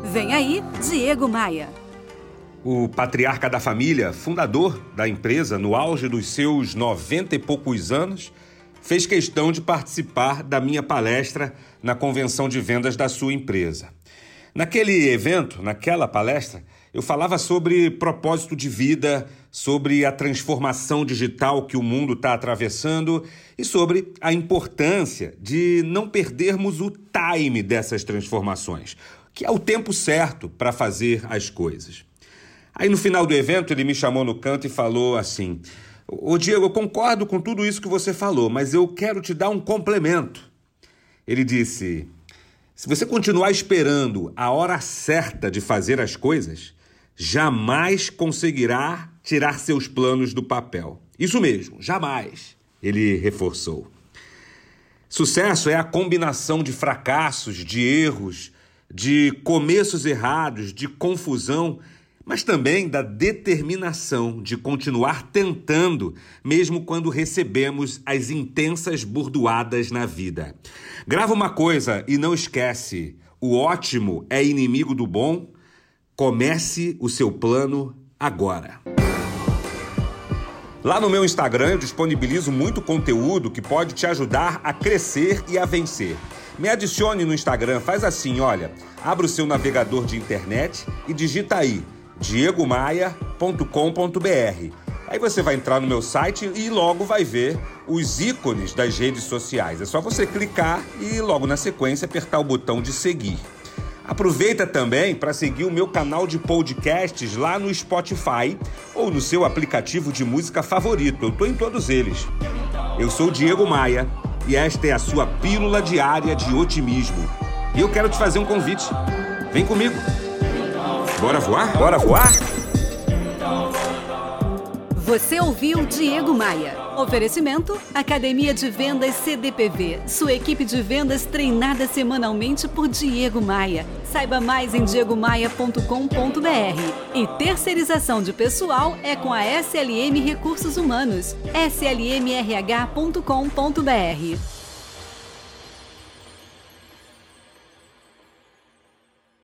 Vem aí, Diego Maia. O patriarca da família, fundador da empresa, no auge dos seus 90 e poucos anos, fez questão de participar da minha palestra na convenção de vendas da sua empresa. Naquele evento, naquela palestra, eu falava sobre propósito de vida, sobre a transformação digital que o mundo está atravessando e sobre a importância de não perdermos o time dessas transformações, que é o tempo certo para fazer as coisas. Aí no final do evento ele me chamou no canto e falou assim: "Ô Diego, eu concordo com tudo isso que você falou, mas eu quero te dar um complemento." Ele disse: "Se você continuar esperando a hora certa de fazer as coisas, jamais conseguirá tirar seus planos do papel." Isso mesmo, jamais, ele reforçou. Sucesso é a combinação de fracassos, de erros, de começos errados, de confusão, mas também da determinação de continuar tentando, mesmo quando recebemos as intensas burdoadas na vida. Grava uma coisa e não esquece: o ótimo é inimigo do bom. Comece o seu plano agora. Lá no meu Instagram eu disponibilizo muito conteúdo que pode te ajudar a crescer e a vencer. Me adicione no Instagram, faz assim, olha, abre o seu navegador de internet e digita aí diegomaia.com.br. Aí você vai entrar no meu site e logo vai ver os ícones das redes sociais. É só você clicar e logo na sequência apertar o botão de seguir. Aproveita também para seguir o meu canal de podcasts lá no Spotify ou no seu aplicativo de música favorito. Eu estou em todos eles. Eu sou o Diego Maia e esta é a sua pílula diária de otimismo. E eu quero te fazer um convite. Vem comigo. Bora voar? Bora voar? Você ouviu Diego Maia. Oferecimento: Academia de Vendas CDPV. Sua equipe de vendas treinada semanalmente por Diego Maia. Saiba mais em diegomaia.com.br. E terceirização de pessoal é com a SLM Recursos Humanos. slmrh.com.br.